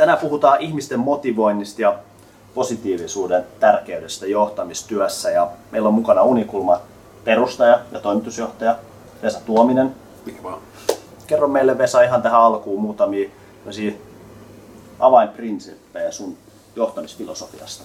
Tänään puhutaan ihmisten motivoinnista ja positiivisuuden tärkeydestä johtamistyössä. Ja meillä on mukana Unikulma perustaja ja toimitusjohtaja Vesa Tuominen. Mikä vaan. Kerro meille, Vesa, ihan tähän alkuun muutamia avainprinsiippejä sun johtamisfilosofiasta.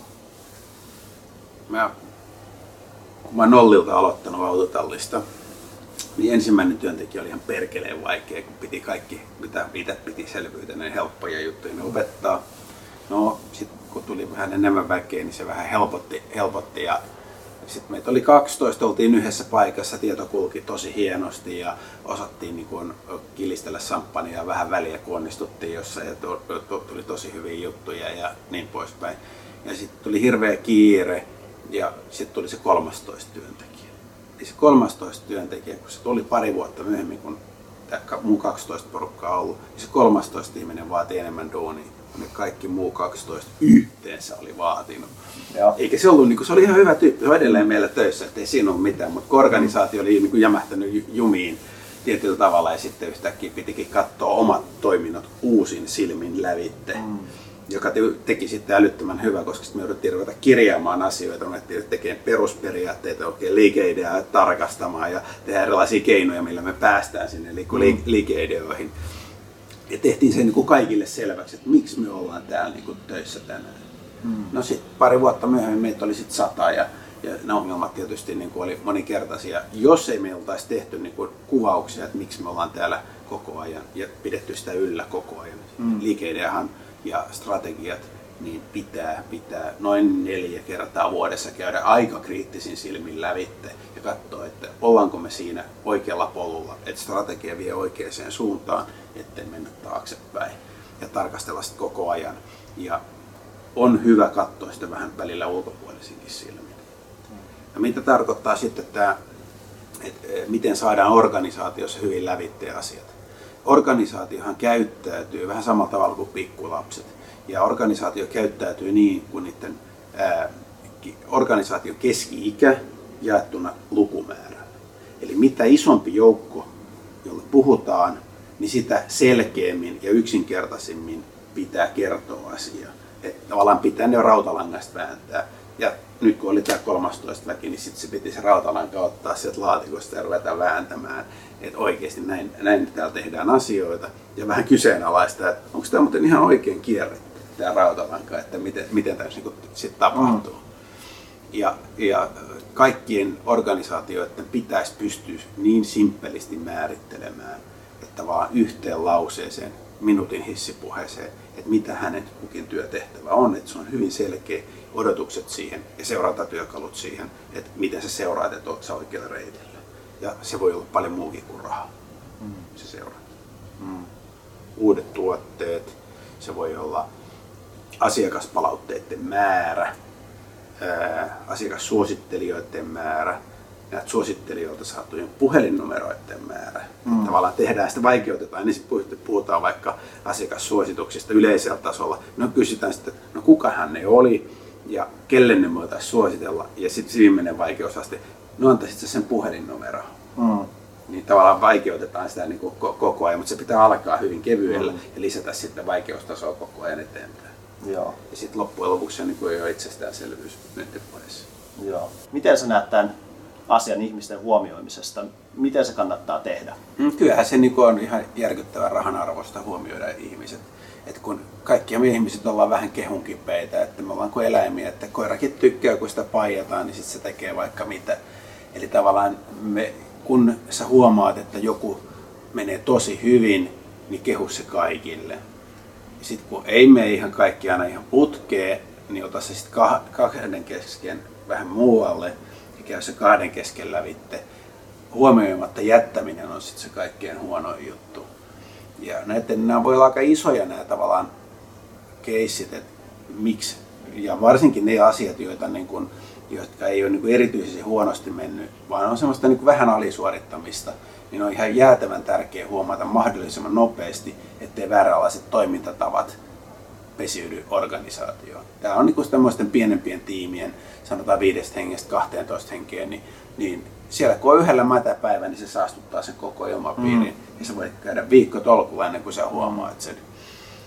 Kun mä oon nollilta aloittanut autotallista, niin ensimmäinen työntekijä oli ihan perkeleen vaikea, kun piti kaikki, mitä itse piti selvyytenä, niin helppoja juttuja opettaa. No, sitten kun tuli vähän enemmän väkeä, niin se vähän helpotti ja sitten meitä oli 12, oltiin yhdessä paikassa, tieto kulki tosi hienosti ja osattiin niin kun kilistellä samppania ja vähän väliä, kun onnistuttiin jossain ja tuli tosi hyviä juttuja ja niin poispäin. Ja sitten tuli hirveä kiire ja sitten tuli se 13 työntekijä. Ja se 13 työntekijä, kun se tuli pari vuotta myöhemmin, kun mun 12 porukkaa on ollut, niin se 13 ihminen vaati enemmän duunia. Ne kaikki muu 12 yhteensä oli vaatinut. Joo. Eikä se ollut, se oli ihan hyvä tyyppi, se on edelleen meillä töissä, ettei siinä ole mitään, mutta organisaatio oli jämähtänyt jumiin tietyllä tavalla ja sitten yhtäkkiä pitikin katsoa omat toiminnot uusin silmin lävitte, joka teki sitten älyttömän hyvä, koska sitten me jouduttiin ruveta kirjaamaan asioita, me ruvettiin tekemään perusperiaatteita, oikein liikeideaa tarkastamaan ja tehdä erilaisia keinoja, millä me päästään sinne liikeideoihin. Ja tehtiin se kaikille selväksi, että miksi me ollaan täällä töissä tänään. No sitten pari vuotta myöhemmin meitä oli sitten 100 ja ne ongelmat tietysti oli monikertaisia. Jos ei me oltaisi tehty kuvauksia, että miksi me ollaan täällä koko ajan ja pidetty sitä yllä koko ajan. Liikeideahan ja strategiat niin pitää noin 4 kertaa vuodessa käydä aika kriittisin silmin lävitte ja katsoa, että ollaanko me siinä oikealla polulla, että strategia vie oikeaan suuntaan, ettei mennä taaksepäin ja tarkastella sitä koko ajan. Ja on hyvä katsoa sitä vähän välillä ulkopuolisinkin silmin. Ja mitä tarkoittaa sitten tämä, että miten saadaan organisaatiossa hyvin lävitteen asiat. Organisaatiohan käyttäytyy vähän samalla tavalla kuin pikkulapset. Ja organisaatio käyttäytyy niin kuin niiden organisaation keski-ikä jaettuna lukumäärään. Eli mitä isompi joukko, jolla puhutaan, niin sitä selkeämmin ja yksinkertaisemmin pitää kertoa asiaa. Että tavallaan pitää ne rautalangasta vääntää. Ja nyt kun oli tämä 13 väki, niin sitten se piti se rautalanka ottaa sieltä laatikosta ja ruveta vääntämään. Että oikeasti näin täällä tehdään asioita. Ja vähän kyseenalaista, että onko tämä muuten ihan oikein kierretty tämä rautalanka, että miten tämä sitten tapahtuu. Ja kaikkien organisaatioiden pitäisi pystyä niin simppelisti määrittelemään, että vaan yhteen lauseeseen, minuutin hissipuheeseen, että mitä hänen kukin työtehtävä on, että se on hyvin selkeä, odotukset siihen ja seurantatyökalut siihen, että miten sä seuraat, että oot sä oikealla reitillä. Ja se voi olla paljon muukin kuin raha, se seuranta. Uudet tuotteet, se voi olla asiakaspalautteiden määrä, asiakassuosittelijoiden määrä, näitä suosittelijoilta saatujen puhelinnumeroiden määrä. Tavallaan tehdään sitä, vaikeutetaan, niin sitten puhutaan vaikka asiakassuosituksista yleisellä tasolla. No kysytään sitten, no kukahan ne oli ja kelle ne voitaisiin suositella. Ja sitten viimeinen vaikeusaste, no antaisit sen puhelinnumero. Niin tavallaan vaikeutetaan sitä koko ajan, mutta se pitää alkaa hyvin kevyellä ja lisätä sitten vaikeustasoa koko ajan eteenpäin. Joo. Ja sitten loppujen lopuksi se ei ole itsestäänselvyys myyntivaiheessa. Joo. Miten sä näet tämän asian ihmisten huomioimisesta? Miten se kannattaa tehdä? Kyllähän se on ihan järkyttävän rahan arvosta huomioida ihmiset. Et kun kaikki me ihmiset ollaan vähän kehunkipeitä, että me ollaan kuin eläimiä, että koirakin tykkää, kun sitä paijataan, niin sitten se tekee vaikka mitä. Eli tavallaan kun sä huomaat, että joku menee tosi hyvin, niin kehu se kaikille. Sitten kun ei mene ihan kaikki aina ihan putkeen, niin ota se sitten kahden kesken vähän muualle ja käy se kahden kesken lävitte. Huomioimatta jättäminen on sitten se kaikkein huonoin juttu. Ja nämä voi olla aika isoja nämä tavallaan keissit, että miksi. Ja varsinkin ne asiat, jotka ei ole erityisesti huonosti mennyt, vaan on semmoista vähän alisuorittamista, niin on ihan jäätävän tärkeää huomata mahdollisimman nopeasti, ettei vääränlaiset toimintatavat pesiydy organisaatioon. Tämä on tämmöisten pienempien tiimien, sanotaan 5 hengestä 12 henkeen, niin siellä kun on yhdellä mätäpäivä, niin se saastuttaa sen koko ilmapiirin. Ja se voi käydä viikkotolkulla ennen kuin sä huomaat sen.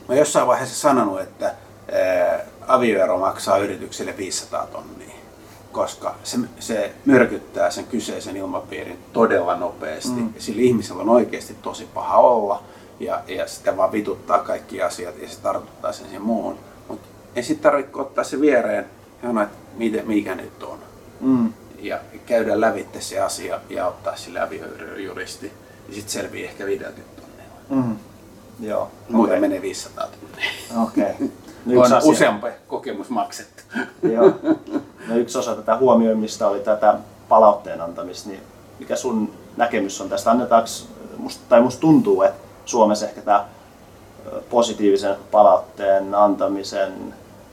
Mä jossain vaiheessa sanonut, että avioero maksaa yritykselle 500 tonnia, koska se myrkyttää sen kyseisen ilmapiirin todella nopeasti. Ja sillä ihmisellä on oikeasti tosi paha olla ja sitä vaan vituttaa kaikki asiat ja se tartuttaa sen siihen muuhun. Mutta ei sitten tarvitse ottaa se viereen ja sanoa, että mikä nyt on. Ja käydä lävitse se asia ja ottaa sille avioerojuristi. Ja sitten selviää ehkä 50 tonneilla. Joo. Muuten menee 500 tonnia. Okei. On useampi kokemus maksettu. Joo. No yksi osa tätä huomioimista oli tätä palautteen antamista. Niin mikä sun näkemys on tästä? Musta tuntuu, että Suomessa ehkä tämä positiivisen palautteen antamisen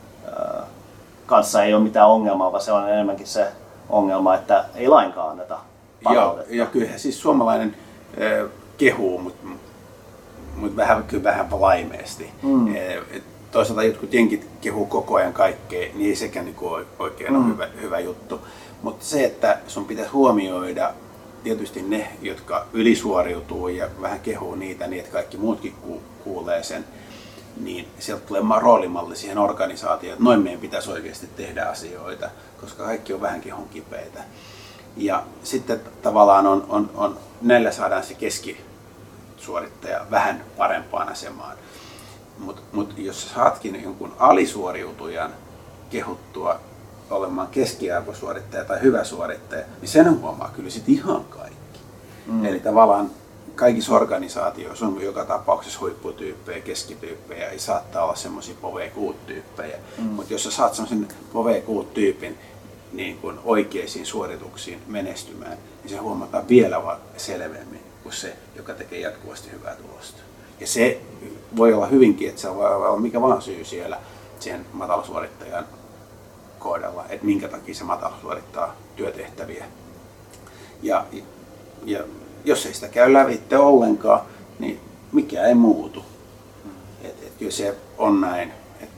kanssa ei ole mitään ongelmaa, vaan se on enemmänkin se ongelma, että ei lainkaan anneta palautetta. Ja kyllähän siis suomalainen kehuu, mutta vähän laimeesti. Toisaalta jotkut jenkit kehuu koko ajan kaikkea, niin ei sekään niin oikein ole hyvä juttu. Mutta se, että sun pitäisi huomioida tietysti ne, jotka ylisuoriutuu ja vähän kehuu niitä niin, että kaikki muutkin kuulee sen, niin sieltä tulee roolimalli siihen organisaatioon, että noin meidän pitäisi oikeasti tehdä asioita, koska kaikki on vähän kehon kipeitä. Ja sitten tavallaan näillä saadaan se keskisuorittaja vähän parempaan asemaan. Mut jos saatkin jonkun alisuoriutujan kehuttua olemaan keskiarvosuorittaja tai hyvä suorittaja, niin sen huomaa kyllä sit ihan kaikki. Eli tavallaan kaikissa organisaatioissa on joka tapauksessa huipputyyppejä, keskityyppejä ja saattaa olla semmoisia PV6-tyyppejä. Mutta jos sä saat semmoisen PV6-tyypin niin kun oikeisiin suorituksiin menestymään, niin se huomataan vielä selvemmin kuin se, joka tekee jatkuvasti hyvää tulosta. Ja se voi olla hyvinkin, että se voi olla mikä vaan syy siellä sen matalasuorittajan kohdalla, että minkä takia se matala suorittaa työtehtäviä. Ja jos ei sitä käy lävitse ollenkaan, niin mikään ei muutu. Kyllä se on näin.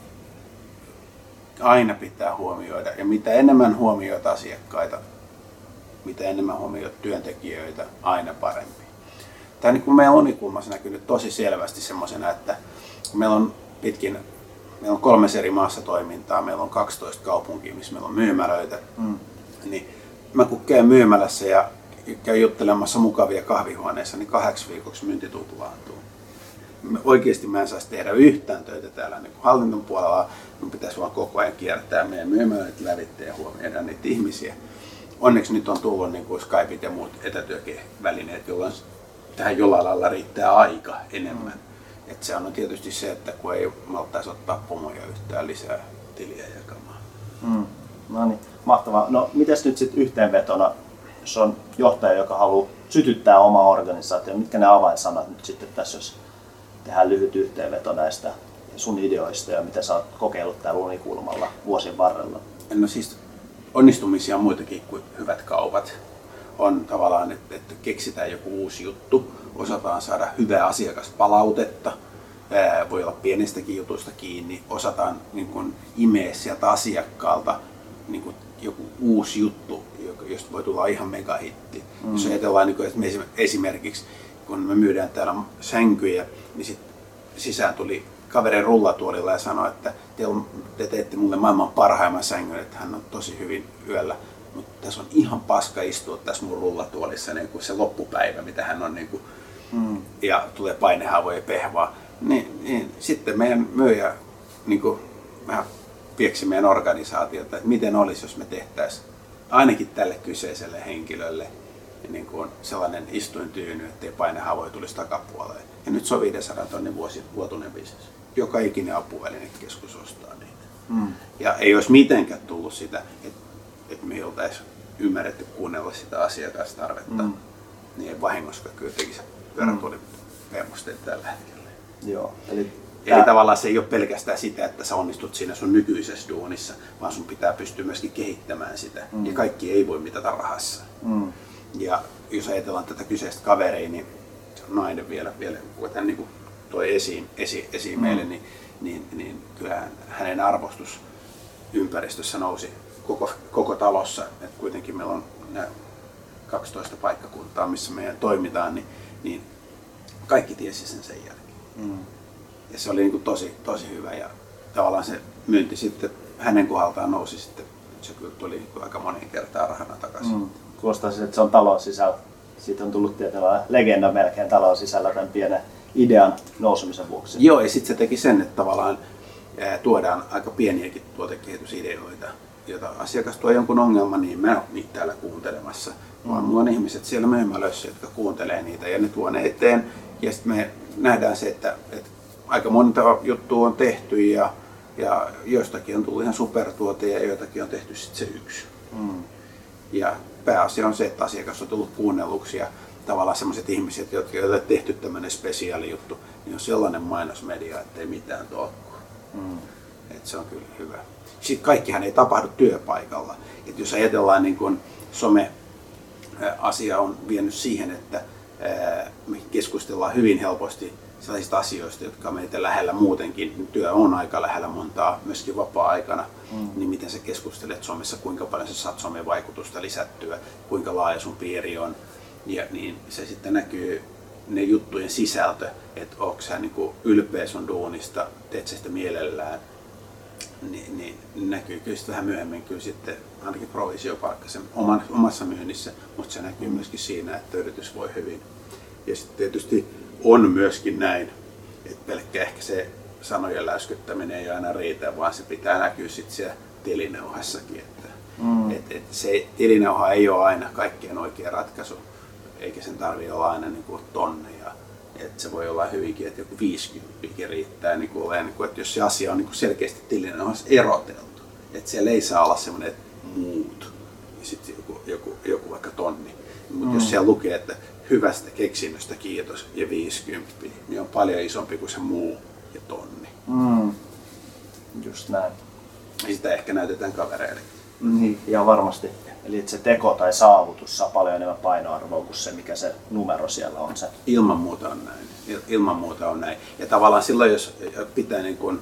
Aina pitää huomioida, ja mitä enemmän huomioit asiakkaita, mitä enemmän huomioit työntekijöitä, aina parempi. Tämä niin kuin meidän Unikulmassa näkyy nyt tosi selvästi semmoisena, että meillä on 3 eri maassa toimintaa, meillä on 12 kaupunkia, missä meillä on myymälöitä. Niin mä kun käyn myymälässä ja käyn juttelemassa mukavia kahvihuoneissa, niin 8 viikoksi myynti tuplaantuu. Oikeasti mä en saisi tehdä yhtään töitä täällä niin hallinnon puolella, mun pitäisi vaan koko ajan kiertää meidän myymälöitä lävitse ja huomioida niitä ihmisiä. Onneksi nyt on tullut niin kuin Skypeit ja muut etätyövälineet, jolloin tähän jollain lailla riittää aika enemmän. Et se on tietysti se, että kun ei maltaisi ottaa pomoja yhtään lisää tiliä jakamaan. No niin, mahtavaa. No mites nyt sitten yhteenvetona, jos on johtaja, joka haluaa sytyttää omaa organisaation, mitkä ne avainsanat nyt sitten tässä, jos tehdään lyhyt yhteenveto näistä sun ideoista ja mitä sä oot kokeillut täällä Unikulmalla vuosien varrella? No siis onnistumisia on muitakin kuin hyvät kaupat. On tavallaan, että keksitään joku uusi juttu, osataan saada hyvää asiakaspalautetta, voi olla pienestäkin jutusta kiinni, osataan niin kuin imeä sieltä asiakkaalta niin kuin joku uusi juttu, josta voi tulla ihan megahitti. Jos ajatellaan, niin kuin, että esimerkiksi kun me myydään täällä sänkyjä, niin sit sisään tuli kaverin rullatuolilla ja sanoi, että te teette mulle maailman parhaimman sängyn, että hän on tosi hyvin yöllä. Mutta tässä on ihan paska istua tässä mun rullatuolissa niin kuin se loppupäivä, mitä hän on, niin kuin, ja tulee painehaavoja ja pehvaa. Niin, sitten meidän myyjä niin kuin, vähän pieksi meidän organisaatiota, että miten olisi, jos me tehtäisiin ainakin tälle kyseiselle henkilölle niin kuin sellainen istuintyyny, ettei painehaavoja tulisi takapuoleen. Ja nyt se on 500 tonnin vuotuinen bisnes. Joka ikinen apuvälinekeskus ostaa niitä. Ja ei olisi mitenkään tullut sitä, että me ei oltaisi ymmärretty kuunnella sitä asiakastarvetta, niin ei vahingossa kyllä tekisi pyörätuoliverkosteita tällä hetkellä. Joo, eli tavallaan se ei ole pelkästään sitä, että sä onnistut siinä sun nykyisessä duunissa, vaan sun pitää pystyä myöskin kehittämään sitä. Ja kaikki ei voi mitata rahassa. Ja jos ajatellaan tätä kyseistä kaveria, niin nainen vielä kun hän niin toi esiin meille, niin kyllähän hänen arvostus ympäristössä nousi koko talossa. Et kuitenkin meillä on nämä 12 paikkakuntaa, missä meidän toimitaan, niin kaikki tiesi sen jälkeen. Ja se oli niin kuin tosi hyvä ja tavallaan se myynti sitten hänen kohdaltaan nousi sitten. Se kyllä tuli niin kuin aika moneen kertaan rahana takaisin. Kuulostaa siis, että se on talon sisällä. Siitä on tullut tietynlainen legenda melkein talon sisällä tämän pienen idean nousemisen vuoksi. Joo, ja sitten se teki sen, että tavallaan tuodaan aika pieniäkin tuotekehitysideoita, joita asiakas tuo jonkun ongelman, niin mä en ole niitä täällä kuuntelemassa. Vaan mulla on ihmiset siellä myymälöissä, jotka kuuntelee niitä ja ne tuo ne eteen. Ja sitten me nähdään se, että aika monta juttua on tehty ja joistakin on tullut ihan supertuote ja joitakin on tehty sitten se yksi. Ja pääasia on se, että asiakas on tullut kuunnelluksi ja tavallaan sellaiset ihmiset, jotka on tehty tämmöinen spesiaalijuttu, niin on sellainen mainosmedia, ettei mitään tolkkua. Että se on kyllä hyvä. Sitten kaikkihan ei tapahdu työpaikalla. Et jos ajatellaan niin kun some-asia on vienyt siihen, että me keskustellaan hyvin helposti sellaisista asioista, jotka on meitä lähellä muutenkin. Työ on aika lähellä montaa, myöskin vapaa-aikana. Niin miten sä keskustelet somessa, kuinka paljon sä saat somen vaikutusta lisättyä, kuinka laaja sun piiri on. Ja niin se sitten näkyy ne juttujen sisältö, että onko sä niinku ylpeä sun duunista, teet sä sitä mielellään. Niin näkyy kyllä vähän myöhemmin kyllä sitten ainakin provisiopalkka sen omassa myynnissä, mutta se näkyy myöskin siinä, että yritys voi hyvin. Ja sitten tietysti on myöskin näin, että pelkkä ehkä se sanojen läskyttäminen ei aina riitä, vaan se pitää näkyä sitten siellä tilinauhassakin. Että se tilinauha ei ole aina kaikkien oikea ratkaisu, eikä sen tarvitse olla aina niin kuin tonneja. Että se voi olla hyvinkin, että joku 50 riittää, niin kuin, että jos se asia on niin kuin selkeästi tilinauhassa eroteltu. Että siellä ei saa olla semmoinen muut ja sitten joku vaikka tonni. Mutta jos siellä lukee, että hyvästä keksinnöstä kiitos ja 50, niin on paljon isompi kuin se muu ja tonni. Just näin. Ja sitä ehkä näytetään kavereille. Niin, ja varmasti. Eli että se teko tai saavutus saa paljon enemmän painoarvoa kuin se, mikä se numero siellä on. Se. Ilman muuta on näin. Ilman muuta on näin. Ja tavallaan silloin, jos pitää niin kuin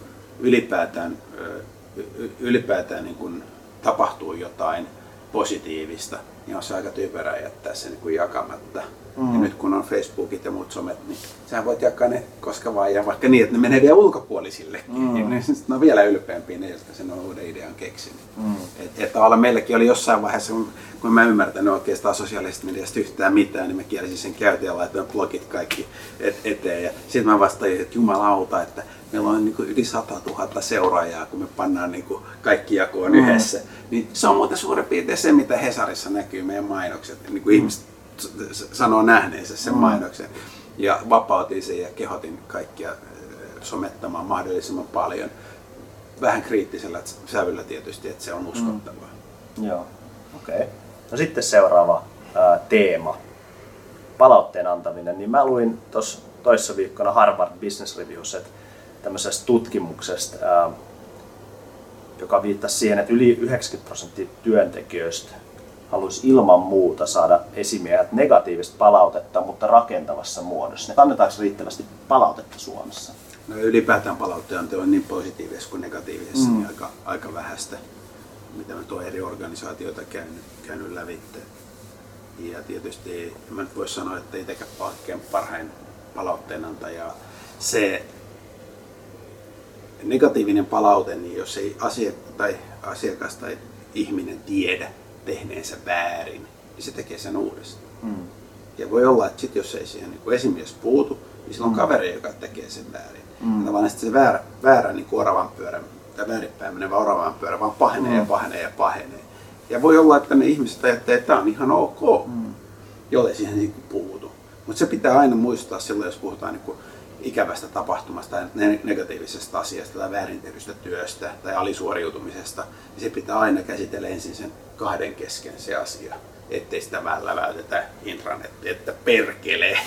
ylipäätään niin kuin tapahtuu jotain positiivista, niin on se aika typerää jättää se niin kuin jakamatta. Ja nyt kun on Facebookit ja muut somet, niin sä voit jakaa ne koska vaan ja vaikka niin, että ne menee vielä ulkopuolisillekin. Ja ne on vielä ylpeämpiä ne, jotka sen uuden idean keksinyt. Että tavallaan meilläkin oli jossain vaiheessa, kun mä ymmärtänyt oikeastaan sosiaalisesta mediasta yhtään mitään, niin mä kielisin sen käytin ja laitoin blogit kaikki eteen. Ja sitten mä vastasin, että jumalauta, että meillä on niin kuin yli 100 000 seuraajaa, kun me pannaan niin kuin kaikki jakoon yhdessä. Niin se on muuten suurin piirtein se, mitä Hesarissa näkyy meidän mainokset. Niin kuin ihmiset sanoo nähneensä sen mainoksen. Ja vapautin sen ja kehotin kaikkia somettamaan mahdollisimman paljon. Vähän kriittisellä sävyllä tietysti, että se on uskottavaa. Joo, okei. No sitten seuraava teema. Palautteen antaminen. Niin mä luin tuossa toissa viikkona Harvard Business Reviews tämmöisestä tutkimuksesta, joka viittasi siihen, että yli 90% työntekijöistä haluaisi ilman muuta saada esimiehet negatiivista palautetta, mutta rakentavassa muodossa. Annetaanko riittävästi palautetta Suomessa? No ylipäätään palautteen on niin positiivisessa kuin negatiivisessa, niin aika vähäistä, mitä mä tuon eri organisaatioita käynyt lävitse. Ja tietysti mä nyt vois sanoa, että itsekään parhain palautteenantaja. Se negatiivinen palaute, niin jos ei asiakas tai ihminen tiedä tehneensä väärin, niin se tekee sen uudestaan. Ja voi olla, että sit jos ei siihen niin esimies puutu, niin sillä on kaveri, joka tekee sen väärin. Ja tavallaan se väärä niin oravan pyörä, tai väärinpäin menevä oravan pyörä vaan pahenee ja pahenee ja pahenee. Ja voi olla, että ne ihmiset ajattelee, että tämä on ihan ok, jollei siihen niin puutu. Mutta se pitää aina muistaa silloin, jos puhutaan niin ikävästä tapahtumasta tai negatiivisesta asiasta tai väärintetystä työstä tai alisuoriutumisesta, niin se pitää aina käsitellä ensin sen kahden kesken se asia, ettei sitä vähän läväytetä intranettiin, että perkelee,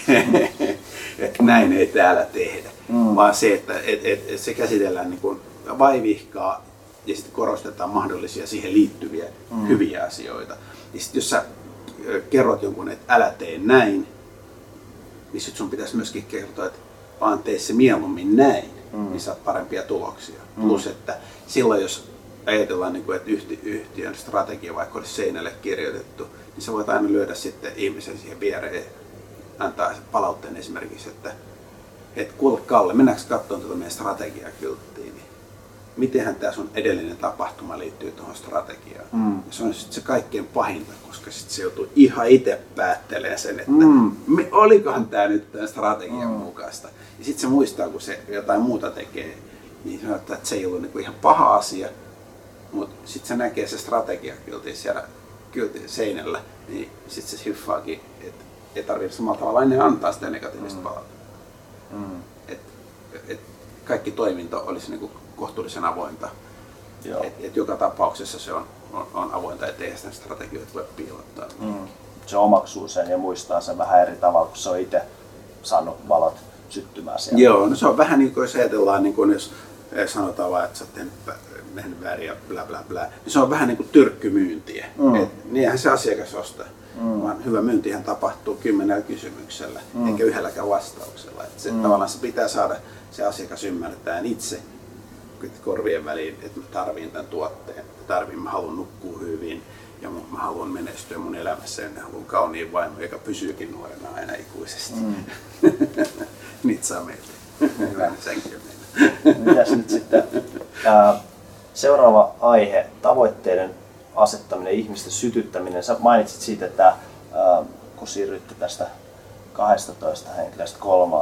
että näin ei täällä tehdä, vaan se, että se käsitellään niin kuin vaivihkaa ja sitten korostetaan mahdollisia siihen liittyviä hyviä asioita. Ja sitten jos sä kerrot jonkun, että älä tee näin, niin sitten sun pitäisi myöskin kertoa, että vaan tee se mieluummin näin, niin saat parempia tuloksia. Plus, että silloin jos ajatellaan, että yhtiön strategia vaikka olisi seinälle kirjoitettu, niin sä voit aina lyödä sitten ihmisen siihen viereen, antaa palautteen esimerkiksi, että että kuule Kalle, mennäänkö katsomaan tuota meidän strategiakylttiin, niin mitenhän tämä sun edellinen tapahtuma liittyy tuohon strategiaan. Ja se on sitten se kaikkein pahinta, koska sitten se joutuu ihan itse päättelemään sen, että olikohan tämä nyt tämän strategian mukaista. Ja sitten se muistaa, kun se jotain muuta tekee, niin se näyttää, että se ei ollut niinku ihan paha asia, mutta sitten se näkee se strategiakyltin siellä kyltin seinällä, niin sitten se hiffaakin, että ei tarvitse samalla tavalla ennen antaa sitä negatiivista palautetta. Et kaikki toiminto olisi niinku kohtuullisen avointa. Et joka tapauksessa se on avointa, ettei sitä strategioita voi piilottaa. Se omaksuu sen ja muistaa sen vähän eri tavalla, kun se on itse saanut valot syttymään siellä. Joo, no se on vähän niin kuin jos ajatellaan, niin kuin jos sanotaan vaan, että sä oot tehnyt väärin ja bla bla bla, niin se on vähän niin kuin tyrkkymyyntiä. Niinhän se asiakas ostaa. Vaan hyvä myyntihän tapahtuu 10 kysymyksellä, eikä yhdelläkään vastauksella. Se, tavallaan se pitää saada se asiakas ymmärtämään itse korvien väliin, että mä tarviin tämän tuotteen, mä haluan nukkua hyvin ja mä haluan menestyä mun elämässä ja mä haluan kauniin vaimon, joka pysyykin nuorena aina ikuisesti. Niitä saa meiltä. Hyvä senkin mennä. Mitäs nyt sitten? Seuraava aihe, tavoitteiden asettaminen, ihmisten sytyttäminen. Sä mainitsit siitä, että kun siirrytte tästä 12 henkilöstä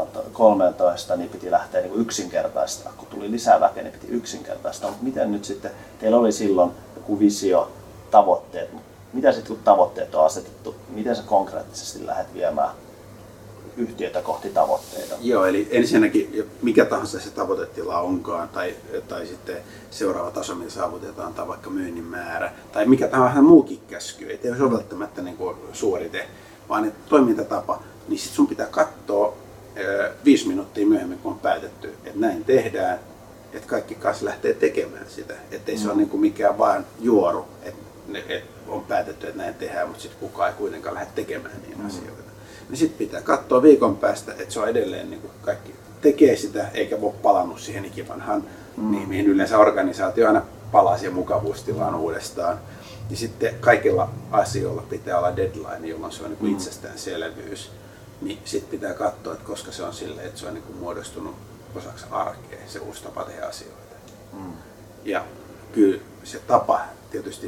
13, niin piti lähteä niin yksinkertaistaa. Kun tuli lisää väkeä, niin piti yksinkertaistaa. Mutta miten nyt sitten, teillä oli silloin joku visio, tavoitteet. Mitä sitten kun tavoitteet on asetettu, miten sä konkreettisesti lähdet viemään yhtiötä kohti tavoitteita? Joo, eli ensinnäkin mikä tahansa se tavoitetila onkaan, tai sitten seuraava taso, millä saavutetaan, tai vaikka myynnin määrä, tai mikä tahansa muukin käsky, ei se ole välttämättä niin kuin suorite, vaan toimintatapa, niin sitten sun pitää katsoa 5 minuuttia myöhemmin, kun on päätetty, että näin tehdään, että kaikki kanssa lähtee tekemään sitä, ettei se ole niin kuin mikään vaan juoru, että on päätetty, että näin tehdään, mutta sitten kukaan ei kuitenkaan lähde tekemään niin asioita. Niin sitten pitää katsoa viikon päästä, että se on edelleen niin kuin kaikki tekee sitä, eikä voi palannut siihen ikivanhaan, mihin yleensä organisaatio aina palaa siihen mukavuustilaan uudestaan. Ja sitten kaikilla asioilla pitää olla deadline, jolloin se on niin kuin itsestäänselvyys. Niin sitten pitää katsoa, että koska se on silleen, että se on niin kuin muodostunut osaksi arkea, se uusi tapa tehdä asioita. Ja kyllä se tapa tietysti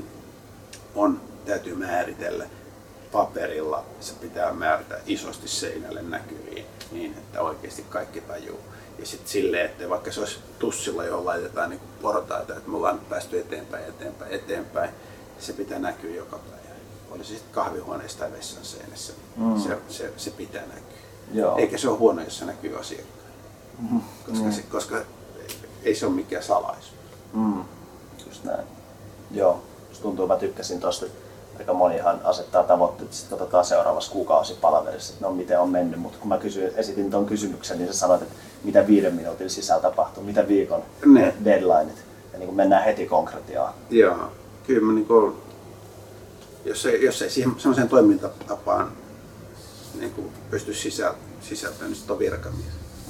täytyy määritellä paperilla, se pitää määrätä isosti seinälle näkyviin niin, että oikeasti kaikki tajuu. Ja sitten silleen, että vaikka se olisi tussilla, johon laitetaan niin portaita, että me ollaan päästy eteenpäin, se pitää näkyä joka päivä. Oli se sitten kahvihuoneessa tai vessan seinässä, se pitää näkyä. Joo. Eikä se ole huono, jos se näkyy asiakkaan, koska ei se ole mikään salaisuus. Just näin. Joo, musta tuntuu, mä tykkäsin tosta. Aika monihan asettaa tavoitteet, että sitten otetaan seuraavassa kuukausipalaverissa, että no miten on mennyt, mutta kun mä esitin tuon kysymyksen, niin sä sanoit, että mitä 5 minuutin sisällä tapahtuu, mitä viikon deadlineit, ja niin kuin mennään heti konkretiaan. Joo, kyllä mä niin kuin, jos ei semmoiseen toimintatapaan niin kuin pysty sisältämään, niin sitten on virkamies.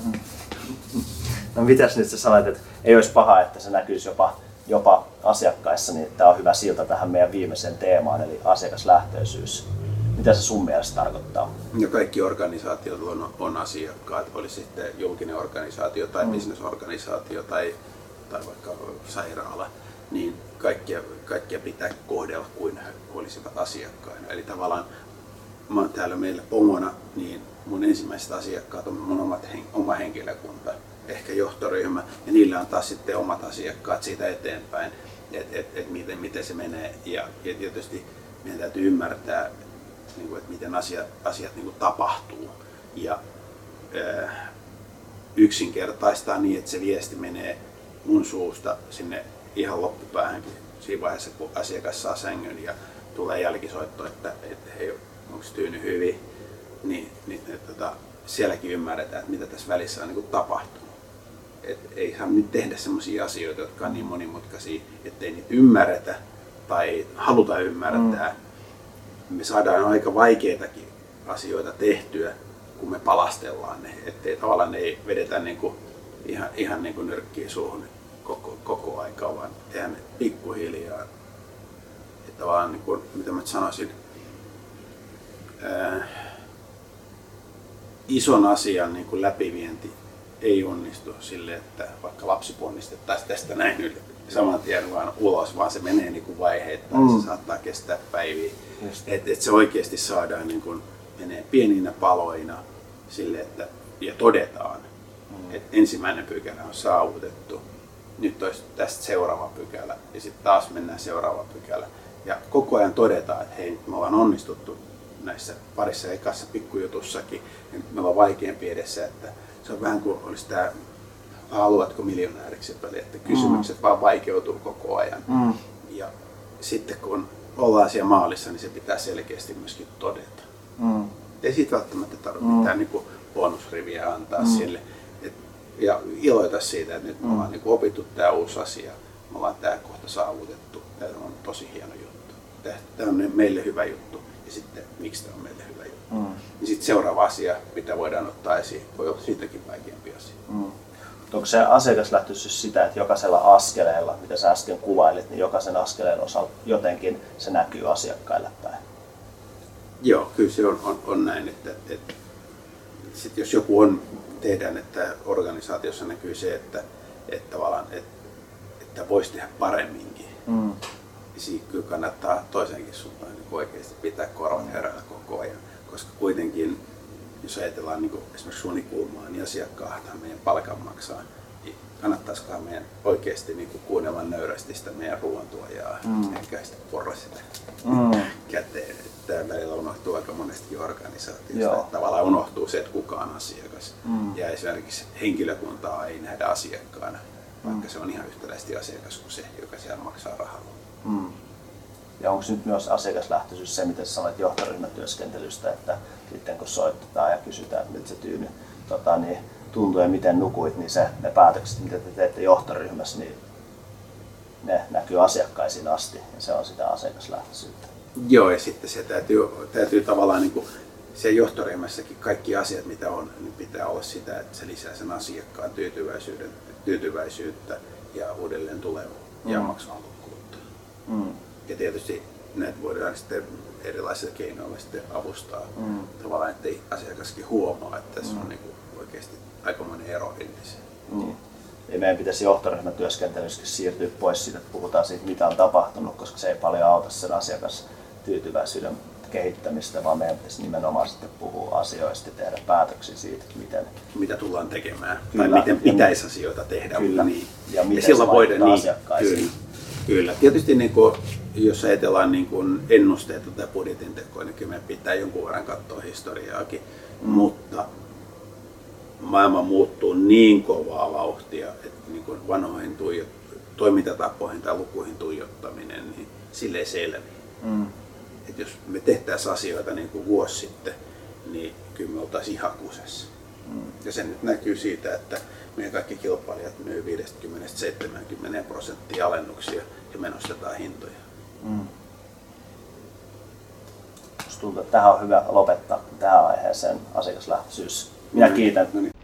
No mitäs nyt sä sanoit, että ei olisi paha, että se näkyisi jopa asiakkaissa, niin tämä on hyvä silta tähän meidän viimeiseen teemaan, eli asiakaslähtöisysyys. Mitä se sun mielestä tarkoittaa? Ja kaikki organisaatiot on asiakkaat, oli sitten julkinen organisaatio tai bisnesorganisaatio tai vaikka sairaala, niin kaikkia pitää kohdella kuin he olisivat asiakkaina. Eli tavallaan mä oon täällä meillä pomona, niin mun ensimmäiset asiakkaat on mun oma henkilökunta, ehkä johtoryhmä, ja niillä on taas sitten omat asiakkaat siitä eteenpäin, että miten se menee. Ja tietysti meidän täytyy ymmärtää, että miten asiat tapahtuu. Ja yksinkertaistaa niin, että se viesti menee mun suusta sinne ihan loppupäähänkin. Siinä vaiheessa, kun asiakas saa sängyn ja tulee jälkisoitto, että hei, onko tyyny hyvin, niin sielläkin ymmärretään, että mitä tässä välissä on tapahtunut. Ei saa nyt tehdä sellaisia asioita, jotka on niin monimutkaisia, ettei niitä ymmärretä tai haluta ymmärtää. Me saadaan aika vaikeitakin asioita tehtyä, kun me palastellaan ne, ettei tavallaan ne ei vedetä ihan nyrkkiä suuhun koko aikaa, vaan tehdään ne pikkuhiljaa. Että tavallaan, mitä mä sanoisin, ison asian läpivienti ei onnistu sille, että vaikka lapsi ponnistettaisiin tästä näin yli saman tien vaan ulos, vaan se menee niin kuin vaiheittain, se saattaa kestää päiviä. Että se oikeasti saadaan niin kuin, menee pieninä paloina sille, että, ja todetaan, että ensimmäinen pykälä on saavutettu, nyt olisi tästä seuraava pykälä ja sitten taas mennään seuraava pykälä. Ja koko ajan todetaan, että hei, me ollaan onnistuttu näissä parissa ekassa pikkujutussakin, ja me ollaan vaikeampi edessä, että se on vähän kuin olisi tämä haluatko miljonääriksi peli, että kysymykset vaan vaikeutuu koko ajan. Ja sitten kun ollaan siellä maalissa, niin se pitää selkeästi myöskin todeta. Ei siitä välttämättä tarvitse mitään niin bonusriviä antaa sille. Ja iloita siitä, että nyt me ollaan niin opittu tämä uusi asia, me ollaan tämä kohta saavutettu, tämä on tosi hieno juttu. Tämä on meille hyvä juttu ja sitten miksi tämä on meille hyvä juttu. Ja sitten seuraava asia, mitä voidaan ottaa esiin, voi olla siitäkin vaikeampi asia. Onko se asiakaslähtöisyys sitä, että jokaisella askeleella, mitä sä äsken kuvailit, niin jokaisen askeleen osalta jotenkin se näkyy asiakkaille päin? Joo, kyllä se on näin, että sit jos joku tehdään, että organisaatiossa näkyy se, että tavallaan, että voisi tehdä paremminkin. Niin siinä kyllä kannattaa toisenkin suuntaan niin oikeasti pitää korvan herällä koko ajan, koska kuitenkin jos ajatellaan niin esimerkiksi suunikulmaa, niin asiakkaathan meidän palkan maksaa, niin kannattaisikohan meidän oikeasti niin kuunnella nöyrästi sitä meidän ruoantuojaa, eikä sitä porra sitä käteen. Tämä välillä unohtuu aika monestikin organisaatiosta, että tavallaan unohtuu se, että kuka on asiakas. Ja esimerkiksi henkilökuntaa ei nähdä asiakkaana, vaikka se on ihan yhtäläisesti asiakas kuin se, joka siellä maksaa rahalla. Ja onko nyt myös asiakaslähtöisyys se, mitä sanoit johtoryhmätyöskentelystä, että sitten kun soitetaan ja kysytään, että miltä se tyyny niin tuntuu ja miten nukuit, niin ne päätökset, mitä te teette johtoryhmässä, niin ne näkyy asiakkaisiin asti ja se on sitä asiakaslähtöisyyttä. Joo, ja sitten se täytyy tavallaan niin kuin se johtoryhmässäkin kaikki asiat, mitä on, niin pitää olla sitä, että se lisää sen asiakkaan tyytyväisyyttä ja uudelleen tulevaa ja maksuhalukkuutta. Ja tietysti näitä voidaan sitten erilaisilla keinoilla sitten avustaa tavallaan, ettei asiakaskin huomaa, että tässä on niin kuin oikeasti aikamoinen ero entiseen. Ja meidän pitäisi johtoryhmätyöskentelyssäkin siirtyä pois siitä, että puhutaan siitä, mitä on tapahtunut, koska se ei paljon auta sen asiakastyytyväisyyden kehittämistä, vaan meidän pitäisi nimenomaan sitten puhua asioista ja tehdä päätöksiä siitä, mitä tullaan tekemään tai miten pitäisi asioita tehdä. Niin. Ja silloin voidaan asiakkaisiin. Kyllä. Tietysti niin kuin, jos ajatellaan niin kuin ennusteita tai budjetin tekoa, niin kyllä meidän pitää jonkun verran katsoa historiaakin, mutta maailma muuttuu niin kovaa vauhtia, että niin kuin vanhoihin toimintatapoihin tai lukuihin tuijottaminen, niin sille ei selviä. Et jos me tehtäisiin asioita niin kuin vuosi sitten, niin kyllä me oltaisiin ihan kusessa. Ja se nyt näkyy siitä, että meidän kaikki kilpailijat myy 50-70% alennuksia ja me nostetaan hintoja. Musta tuntuu, että tähän on hyvä lopettaa tähän aiheeseen asiakaslähtöisyys. Minä kiitän